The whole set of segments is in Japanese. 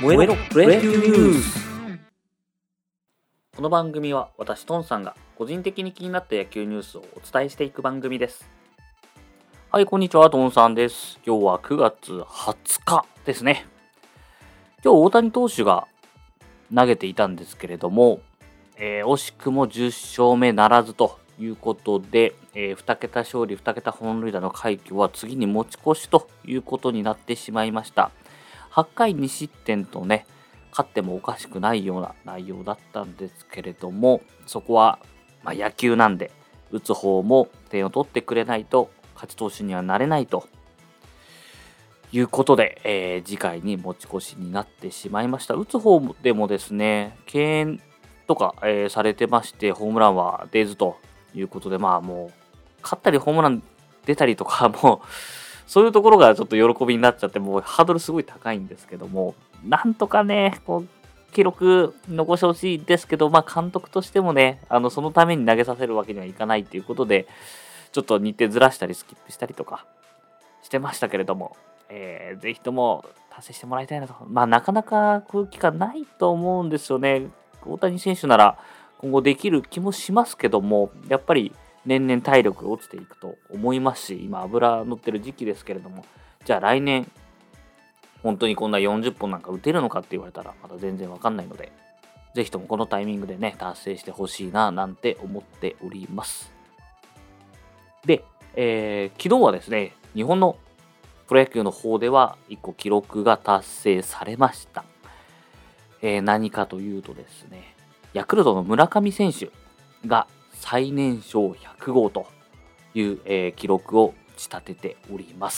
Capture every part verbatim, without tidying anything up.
燃えろプロ野球ニュース。この番組は私トンさんが個人的に気になった野球ニュースをお伝えしていく番組です。はい、こんにちは、トンさんです。今日はくがつはつかですね。今日大谷投手が投げていたんですけれども、えー、惜しくもじゅっしょうめならずということで、えー、に桁勝利に桁本塁打の快挙は次に持ち越しということになってしまいました。はちかいにしってんとね、勝ってもおかしくないような内容だったんですけれども、そこは、まあ、野球なんで、打つ方も点を取ってくれないと勝ち投手にはなれないということで、えー、次回に持ち越しになってしまいました。打つ方でもですね、敬遠とか、えー、されてまして、ホームランは出ずということで、まあもう、勝ったりホームラン出たりとかも、そういうところがちょっと喜びになっちゃって、もうハードルすごい高いんですけども、なんとかね、こう記録残してほしいですけど、まあ監督としてもね、あのそのために投げさせるわけにはいかないということで、ちょっと日程ずらしたりスキップしたりとかしてましたけれども、えー、ぜひとも達成してもらいたいなと。まあなかなかこういう機会ないと思うんですよね。大谷選手なら今後できる気もしますけども、やっぱり年々体力が落ちていくと思いますし、今油乗ってる時期ですけれども、じゃあ来年本当にこんなよんじゅっぽんなんか打てるのかって言われたらまだ全然わかんないので、ぜひともこのタイミングでね達成してほしいななんて思っております。で、えー、昨日はですね、日本のプロ野球の方ではいっこ記録が達成されました。えー、何かというとですね、ヤクルトの村上選手が最年少ひゃくごうという、えー、記録を打ち立てております。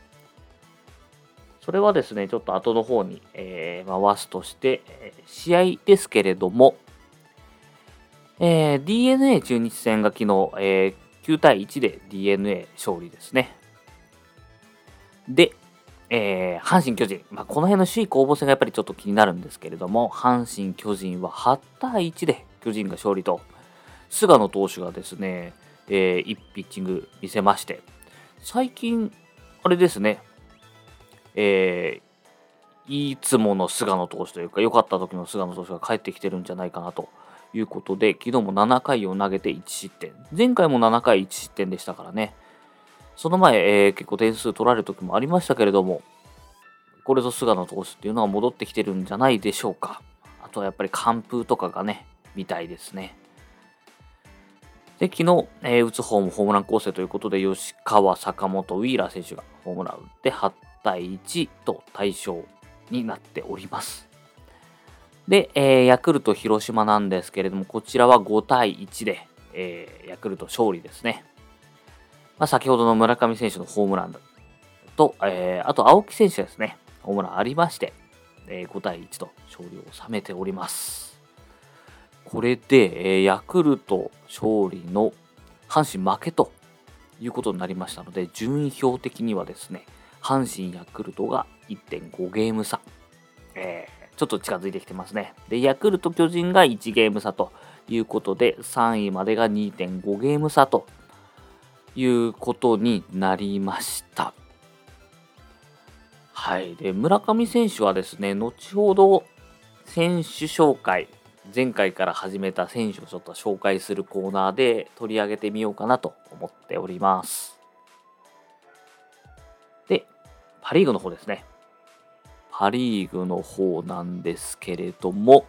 それはですね、ちょっと後の方に、えー、回すとして、えー、試合ですけれども、えー、ディーエヌエー 中日戦が昨日、えー、きゅうたいいちで ディーエヌエー 勝利ですね。で、えー、阪神巨人、まあ、この辺の首位攻防戦がやっぱりちょっと気になるんですけれども、阪神巨人ははちたいいちで巨人が勝利と、菅野投手がですね、えー、いいピッチング見せまして、最近あれですね、えー、いつもの菅野投手というか良かった時の菅野投手が帰ってきてるんじゃないかなということで、昨日もななかいを投げていちしってん、前回もななかいいちしってんでしたからね。その前、えー、結構点数取られる時もありましたけれども、これぞ菅野投手っていうのは戻ってきてるんじゃないでしょうか。あとはやっぱり完封とかがね、見たいですね。で、昨日、えー、打つ方もホームラン構成ということで、吉川、坂本、ウィーラー選手がホームラン打ってはちたいいちと大勝になっております。で、えー、ヤクルト広島なんですけれども、こちらはごたいいちで、えー、ヤクルト勝利ですね。まあ、先ほどの村上選手のホームランと、えー、あと青木選手ですね、ホームランありまして、えー、ごたいいちと勝利を収めております。これで、えー、ヤクルト勝利の阪神負けということになりましたので、順位表的にはですね、阪神ヤクルトが いってんご ゲーム差、えー、ちょっと近づいてきてますね。で、ヤクルト巨人がいちゲーム差ということで、さんいまでが にてんご ゲーム差ということになりました。はい。で、村上選手はですね、後ほど選手紹介、前回から始めた選手をちょっと紹介するコーナーで取り上げてみようかなと思っております。で、パ・リーグの方ですね。パ・リーグの方なんですけれども、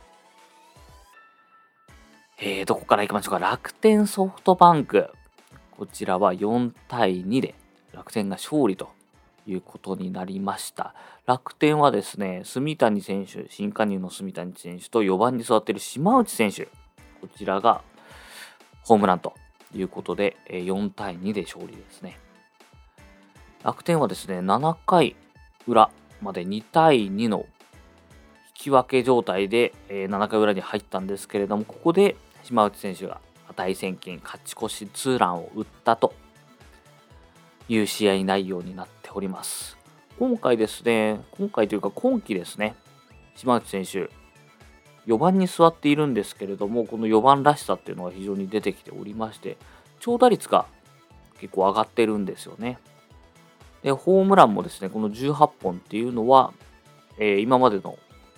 えー、どこから行きましょうか。楽天ソフトバンク。こちらはよんたいにで楽天が勝利ということになりました。楽天はですね、住谷選手、新加入の住谷選手とよばんに座っている島内選手、こちらがホームランということでよんたいにで勝利ですね。楽天はですね、ななかいうらまでにたいにの引き分け状態でななかいうらに入ったんですけれども、ここで島内選手が値千金勝ち越しツーランを打ったという試合内容になっております。今回ですね、今回というか今季ですね、島内選手よばんに座っているんですけれども、このよばんらしさっていうのが非常に出てきておりまして、長打率が結構上がってるんですよね。で、ホームランもですね、このじゅうはっぽんっていうのは、えー、今までの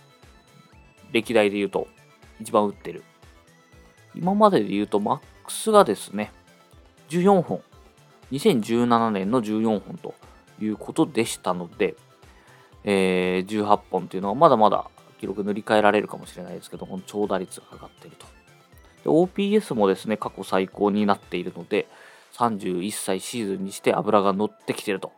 歴代で言うと一番打ってる。今までで言うとマックスがですね、じゅうよんほん。にせんじゅうななねんのじゅうよんほんということでしたので、えー、じゅうはっぽんっていうのはまだまだ記録塗り替えられるかもしれないですけど、この長打率が上がっていると。で オーピーエス もですね、過去最高になっているので、さんじゅういっさいシーズンにして脂が乗ってきていると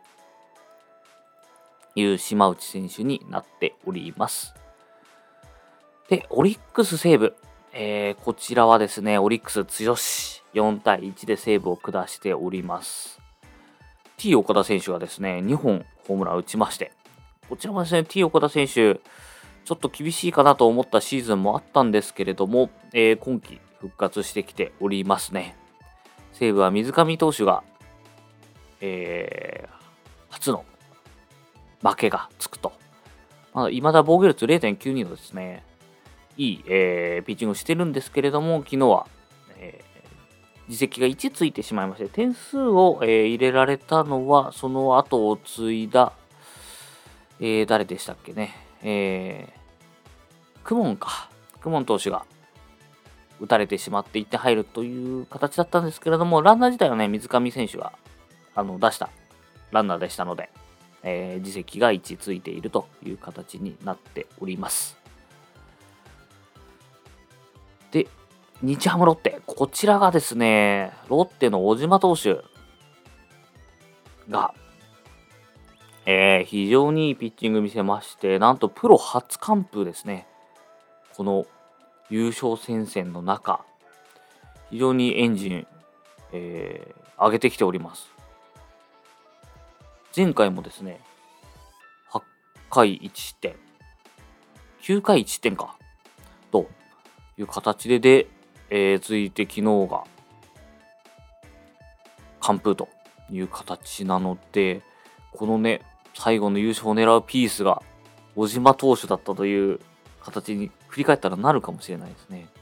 いう島内選手になっております。で、オリックス西武。えー、こちらはですね、オリックス強し、よんたいいちで西武を下しております。T 岡田選手がですね、にほんホームラン打ちまして、こちらもですね、T 岡田選手、ちょっと厳しいかなと思ったシーズンもあったんですけれども、えー、今季復活してきておりますね。西武は水上投手が、えー、初の負けがつくと。まだ未だ防御率 れいてんきゅうに のですね、いい、えー、ピッチングをしてるんですけれども、昨日は、えー、自責がいちついてしまいまして、点数を、えー、入れられたのは、その後を継いだ、えー、誰でしたっけね、えー、クモンか。クモン投手が打たれてしまっていって入るという形だったんですけれども、ランナー自体はね、水上選手があの出したランナーでしたので、えー、自責がいちついているという形になっております。で、日ハムロッテ、こちらがですね、ロッテの小島投手が、えー、非常にいいピッチング見せまして、なんとプロ初完封ですね。この優勝戦線の中、非常にエンジン、えー、上げてきております。前回もですね、はちかいいちしってん、きゅうかいいちしてんか、という形で、で、えー、続いて昨日が完封という形なので、このね、最後の優勝を狙うピースが小島投手だったという形に振り返ったらなるかもしれないですね。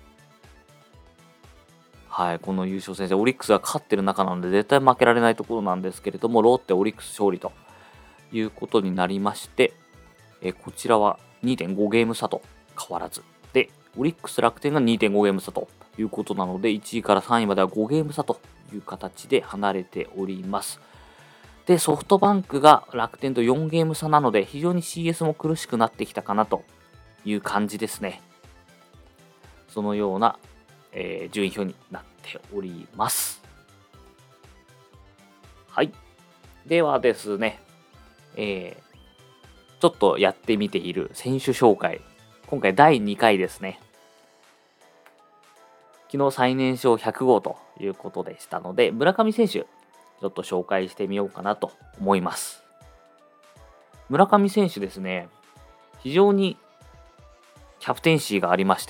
はい、この優勝戦線、オリックスが勝ってる中なので絶対負けられないところなんですけれども、ロッテ、オリックス勝利ということになりまして、えー、こちらは にてんご ゲーム差と変わらず。で、オリックス楽天が にてんご ゲーム差ということなので、いちいからさんいまではごゲーム差という形で離れております。で、ソフトバンクが楽天とよんゲーム差なので、非常に シーエス も苦しくなってきたかなという感じですね。そのような、えー、順位表になっております。はい。ではですね、えー、ちょっとやってみている選手紹介。今回だいにかいですね。昨日最年少ひゃくごうということでしたので、村上選手、ちょっと紹介してみようかなと思います。村上選手ですね、非常にキャプテンシーがありまして、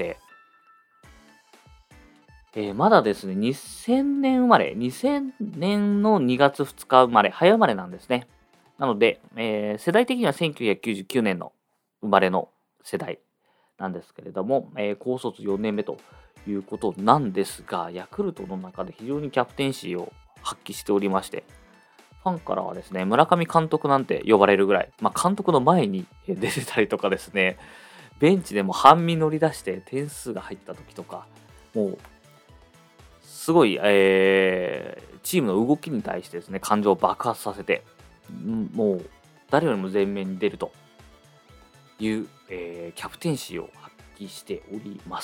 えー、まだですね、にせんねん生まれ、にせんねんのにがつふつか生まれ、早生まれなんですね。なので、えー、世代的にはせんきゅうひゃくきゅうじゅうきゅうねんの生まれの世代なんですけれども、えー、高卒よねんめということなんですが、ヤクルトの中で非常にキャプテンシーを発揮しておりまして、ファンからはですね、村上監督なんて呼ばれるぐらい、まあ、監督の前に出てたりとかですね、ベンチでも半身乗り出して点数が入った時とか、もう、すごい、えー、チームの動きに対してですね、感情を爆発させて、もう誰よりも前面に出るという、えー、キャプテンシーを発揮しております。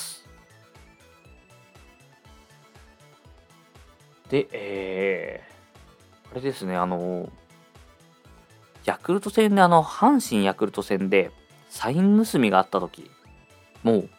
で、えー、あれですね、あの、ヤクルト戦で、あの、阪神ヤクルト戦でサイン盗みがあった時もう、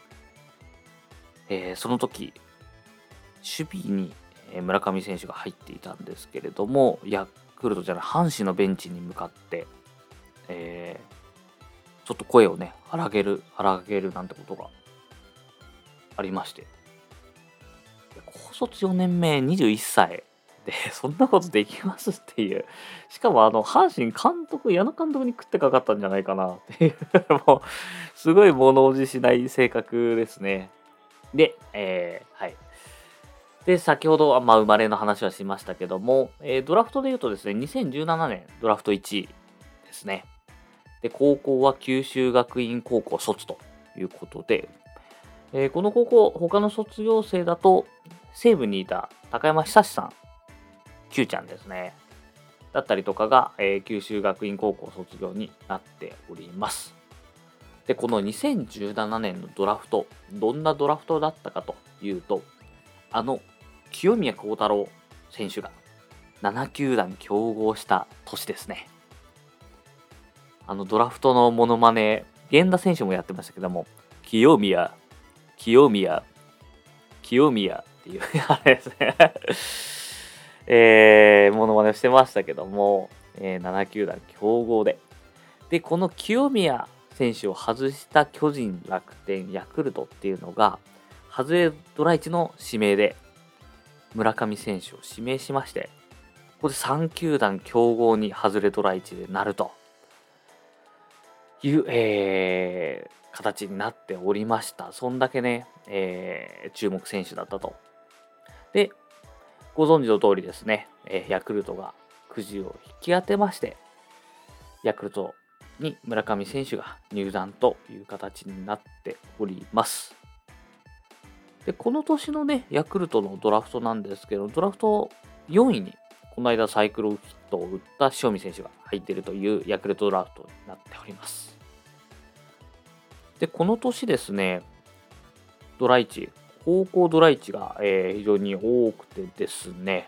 えー、その時、守備に村上選手が入っていたんですけれども、ヤクルトじゃない阪神のベンチに向かって、えー、ちょっと声をね荒げる荒げるなんてことがありまして、高卒よねんめにじゅういっさいでそんなことできますっていう、しかもあの阪神監督矢野監督に食ってかかったんじゃないかなっていうもうすごい物おじしない性格ですね。で、えー、はいで、先ほど、まあ、生まれの話はしましたけども、えー、ドラフトで言うとですね、にせんじゅうななねんドラフトいちいですね。で、高校は九州学院高校卒ということで、えー、この高校、他の卒業生だと、西武にいた高山久志さん、Q ちゃんですね。だったりとかが、えー、九州学院高校卒業になっております。で、このにせんじゅうななねんのドラフト、どんなドラフトだったかというと、あの清宮幸太郎選手がなな球団競合した年ですね。あのドラフトのモノマネ、源田選手もやってましたけども、清宮、清宮、清宮っていうあれですね。えー、モノマネをしてましたけども、えー、なな球団競合で。で、この清宮選手を外した巨人、楽天、ヤクルトっていうのが、外れドラいちの指名で村上選手を指名しまして、ここでさん球団競合に外れドラいちでなるという、えー、形になっておりました。そんだけね、えー、注目選手だったと。で、ご存知の通りですね、えー、ヤクルトがくじを引き当てまして、ヤクルトに村上選手が入団という形になっております。で、この年のね、ヤクルトのドラフトなんですけど、ドラフトよんいに、この間サイクルヒットを打った塩見選手が入っているというヤクルトドラフトになっております。で、この年ですね、ドラいち、高校ドラいちが、えー、非常に多くてですね、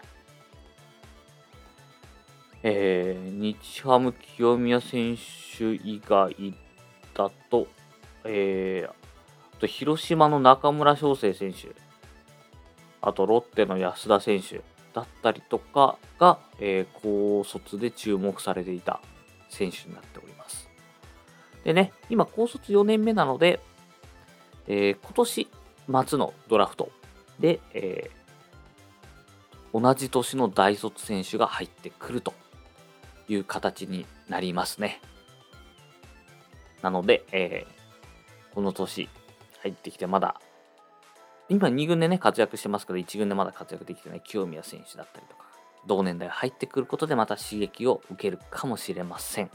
えー、日ハム清宮選手以外だと、えー、あと広島の中村翔成選手、あとロッテの安田選手だったりとかが、えー、高卒で注目されていた選手になっております。でね、今高卒よねんめなので、えー、今年末のドラフトで、えー、同じ年の大卒選手が入ってくるという形になりますね。なので、えー、この年入ってきてまだ今に軍でね活躍してますけど、いち軍でまだ活躍できてない清宮選手だったりとか、同年代入ってくることでまた刺激を受けるかもしれません。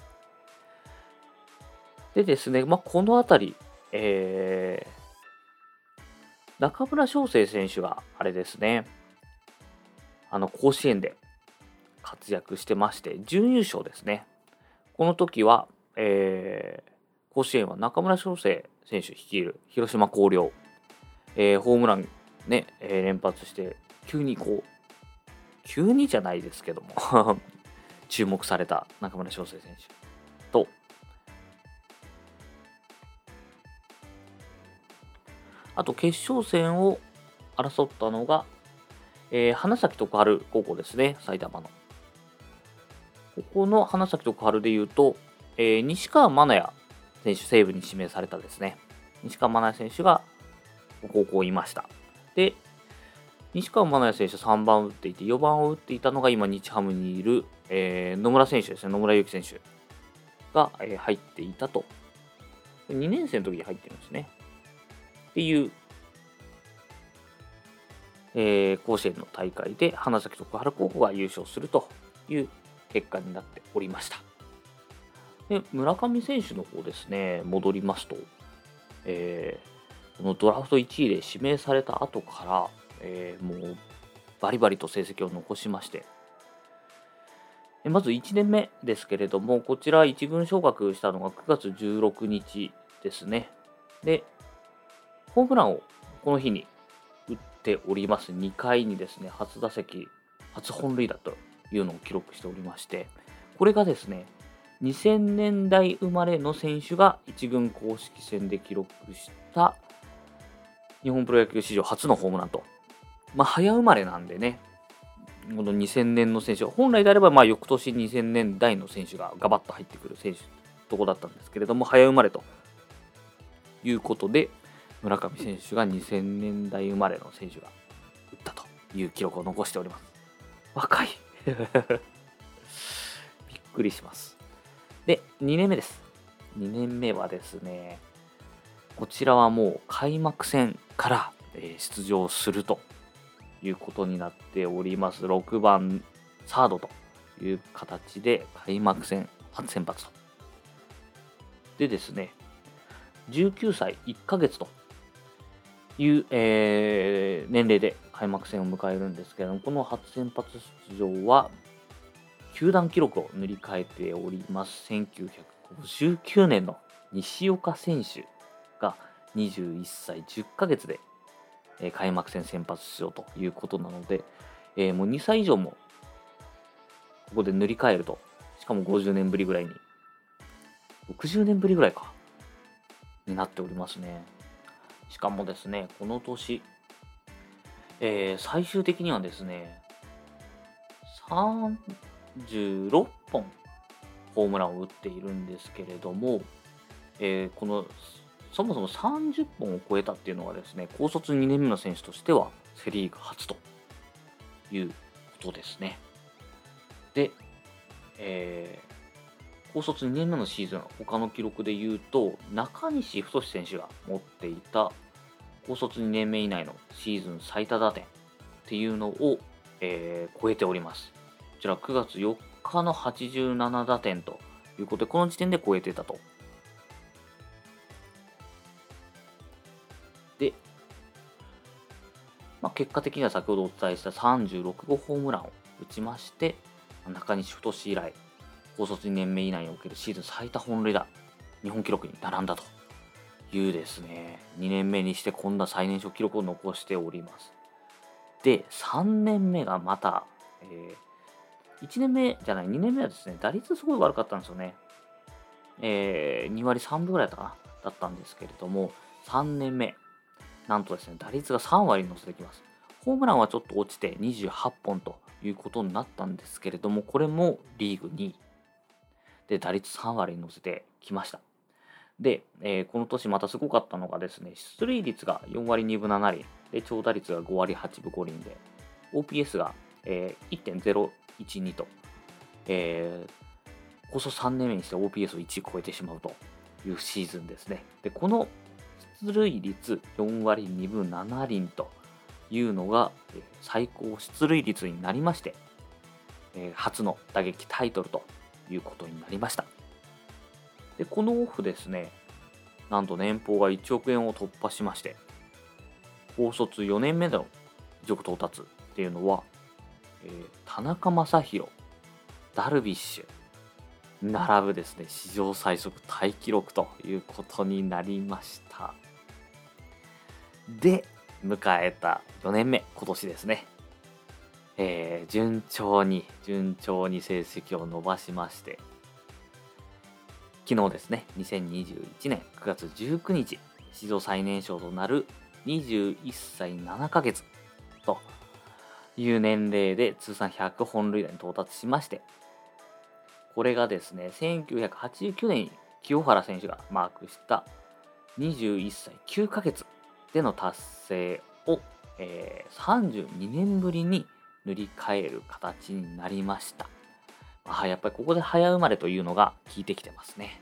でですね、まあ、このあたり、えー、中村翔成選手があれですね、あの甲子園で活躍してまして、準優勝ですね。この時は、えー、甲子園は中村翔成選手率いる広島広陵、えー、ホームランね、えー、連発して、急にこう、急にじゃないですけども、注目された中村翔成選手と、あと決勝戦を争ったのが、えー、花咲徳栄高校ですね、埼玉の。ここの花咲徳栄でいうと、えー、西川真也選手、西武に指名されたですね。西川真也選手が高校いました。で、西川真也選手さんばんを打っていて、よばんを打っていたのが今日ハムにいる、えー、野村選手ですね、野村祐希選手が、えー、入っていたと。にねん生の時に入ってるんですね。っていう、えー、甲子園の大会で花咲徳栄高校が優勝するという結果になっておりました。で、村上選手の方ですね、戻りますと、えー、このドラフトいちいで指名された後から、えー、もうバリバリと成績を残しまして、まずいちねんめですけれども、こちらいち軍昇格したのがくがつじゅうろくにちですね。で、ホームランをこの日に打っております。にかいにですね、初打席、初本塁打というのを記録しておりまして、これがですね、にせんねんだい生まれの選手がいち軍公式戦で記録した日本プロ野球史上初のホームランと。まあ、早生まれなんでね、このにせんねんの選手、本来であればまあ翌年にせんねんだいの選手がガバッと入ってくる選手とこだったんですけれども、早生まれということで、村上選手がにせんねんだい生まれの選手が打ったという記録を残しております。若いびっくりします。で、にねんめです。にねんめはですね、こちらはもう開幕戦から、えー、出場するということになっております。ろくばんサードという形で開幕戦初先発と。でですね、 じゅうきゅうさいいっかげつという、えー年齢で開幕戦を迎えるんですけれども、この初先発出場は球団記録を塗り替えております。せんきゅうひゃくごじゅうきゅうねんの西岡選手がにじゅういっさいじゅっかげつで、えー開幕戦先発出場ということなので、えーもうにさい以上もここで塗り替えると、しかもごじゅうねんぶりぐらいに、ろくじゅうねんぶりぐらいか、になっておりますね。しかもですね、この年、えー最終的にはですね、さんじゅうろっぽんホームランを打っているんですけれども、えーこのそもそもさんじゅっぽんを超えたっていうのはですね、高卒にねんめの選手としてはセ・リーグ初ということですね。で、えー高卒にねんめのシーズン、他の記録で言うと、中西太選手が持っていた高卒にねんめ以内のシーズン最多打点っていうのを、えー超えております。こちらくがつよっかのはちじゅうなな打点ということで、この時点で超えてたと。で、まあ、結果的には先ほどお伝えしたさんじゅうろくごうホームランを打ちまして、中西太以来、高卒にねんめ以内におけるシーズン最多本塁打、日本記録に並んだというですね、にねんめにしてこんな最年少記録を残しております。で、さんねんめがまた、えー、いちねんめじゃない、にねんめはですね、打率すごい悪かったんですよね。えー、にわりさんぶぐらいだったかな、だったんですけれども、さんねんめ、なんとですね、打率がさんわりに乗せてきます。ホームランはちょっと落ちてにじゅうはっぽんということになったんですけれども、これもリーグにいで、打率さんわりに乗せてきました。で、えーこの年またすごかったのがですね、出塁率がよんわりにぶななりん、で、長打率がごわりはちぶごりんで、オーピーエス が、えー、いってんぜろいちにと、えー、こそさんねんめにして オーピーエス をいち超えてしまうというシーズンですね。で、この出塁率よんわりにぶななりんというのが、えー最高出塁率になりまして、えー初の打撃タイトルということになりました。で、このオフですね、なんと年俸がいちおくえんを突破しまして、高卒よねんめでの一億到達っていうのは、えー田中将大、ダルビッシュ、並ぶですね、史上最速タイ記録ということになりました。で、迎えたよねんめ、今年ですね。えー順調に、順調に成績を伸ばしまして、昨日ですね、にせんにじゅういちねんくがつじゅうくにち、史上最年少となるにじゅういっさいななかげつという年齢で通算ひゃくほん塁打に到達しまして、これがですね、せんきゅうひゃくはちじゅうきゅうねんに清原選手がマークしたにじゅういっさいきゅうかげつでの達成を、えーさんじゅうにねんぶりに塗り替える形になりました。あやっぱりここで早生まれというのが効いてきてますね。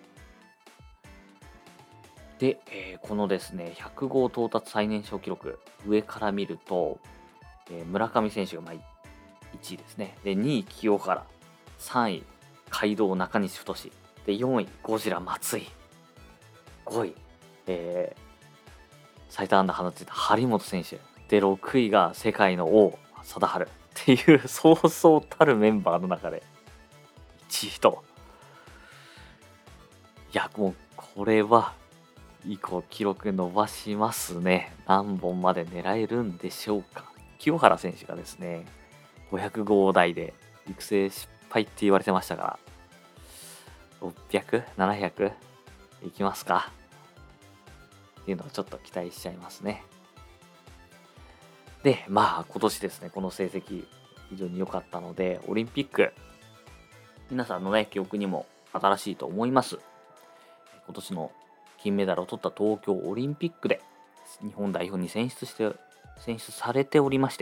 で、えーこのですね、ひゃくごう到達最年少記録、上から見ると、えー村上選手がまあいちいですね。で、にい清原、さんい街道中西太、で、よんいゴジラ松井、ごい、えー最多安打放っていた張本選手、で、ろくいが世界の王、貞治っていうそうそうたるメンバーの中でいちいと、いや、もうこれは以降記録伸ばしますね。何本まで狙えるんでしょうか。清原選手がですね、ごひゃくごう台で育成失敗って言われてましたが、ろっぴゃく、ななひゃくいきますかっていうのをちょっと期待しちゃいますね。で、まあ今年ですね、この成績非常に良かったので、オリンピック、皆さんのね、記憶にも新しいと思います。今年の金メダルを取った東京オリンピックで日本代表に選出して選出されておりまして、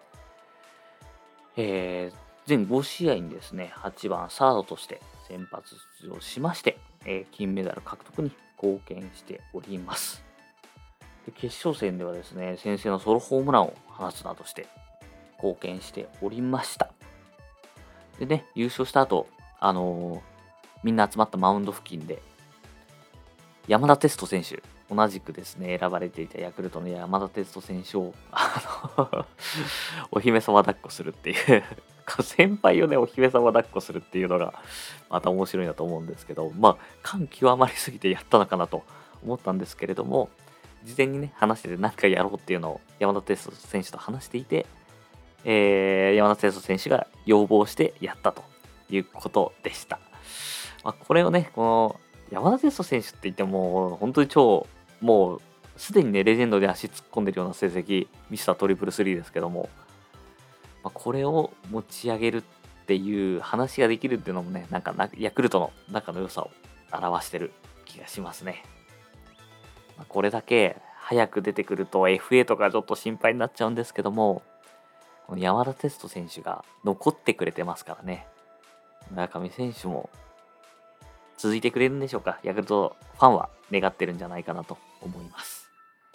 えー全ごしあいにですね、はちばんサードとして先発出場しまして、えー金メダル獲得に貢献しております。で決勝戦ではですね、先制のソロホームランを放つなどして貢献しておりました。でね、優勝した後、あのーみんな集まったマウンド付近で、 山田哲人選手、同じくですね、選ばれていたヤクルトの山田哲人選手を、あのお姫様抱っこするっていう先輩をね、お姫様抱っこするっていうのが、また面白いなと思うんですけど、まあ、感極まりすぎてやったのかなと思ったんですけれども、事前にね、話してて何かやろうっていうのを山田哲人選手と話していて、えー、山田哲人選手が要望してやったということでした。まあ、これをね、この山田哲人選手って言っても、本当に超、もうすでにね、レジェンドで足突っ込んでるような成績、ミスタートリプルスリーですけども、まあ、これを持ち上げるっていう話ができるっていうのもね、なんかなヤクルトの仲の良さを表してる気がしますね。まあ、これだけ早く出てくると エフエー とかちょっと心配になっちゃうんですけども、この山田哲人選手が残ってくれてますからね。村上選手も続いてくれるんでしょうか。ヤクルトファンは願ってるんじゃないかなと思います。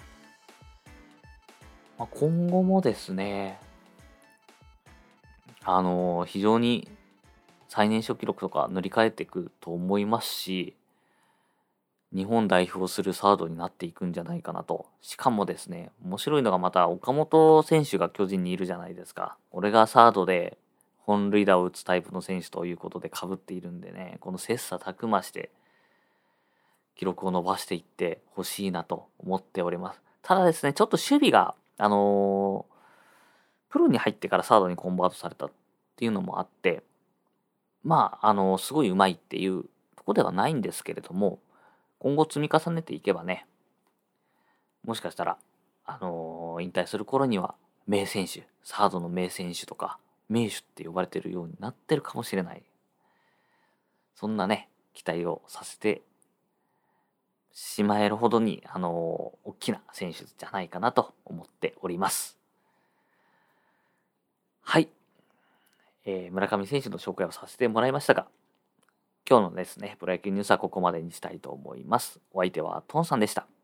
まあ、今後もですね、あのー非常に最年少記録とか塗り替えていくと思いますし、日本代表するサードになっていくんじゃないかなと。しかもですね、面白いのがまた岡本選手が巨人にいるじゃないですか。俺がサードで本塁打を打つタイプの選手ということで被っているんでね、この切磋琢磨して記録を伸ばしていってほしいなと思っております。ただですね、ちょっと守備が、あのープロに入ってからサードにコンバートされたっていうのもあって、まあ、あのーすごい上手いっていうとこではないんですけれども、今後積み重ねていけばね、もしかしたら、あのー引退する頃には名選手、サードの名選手とか、名手って呼ばれてるようになってるかもしれない。そんなね、期待をさせてしまえるほどに、あのー大きな選手じゃないかなと思っております。はい、えー村上選手の紹介をさせてもらいましたが、今日のですね、プロ野球ニュースはここまでにしたいと思います。お相手はトンさんでした。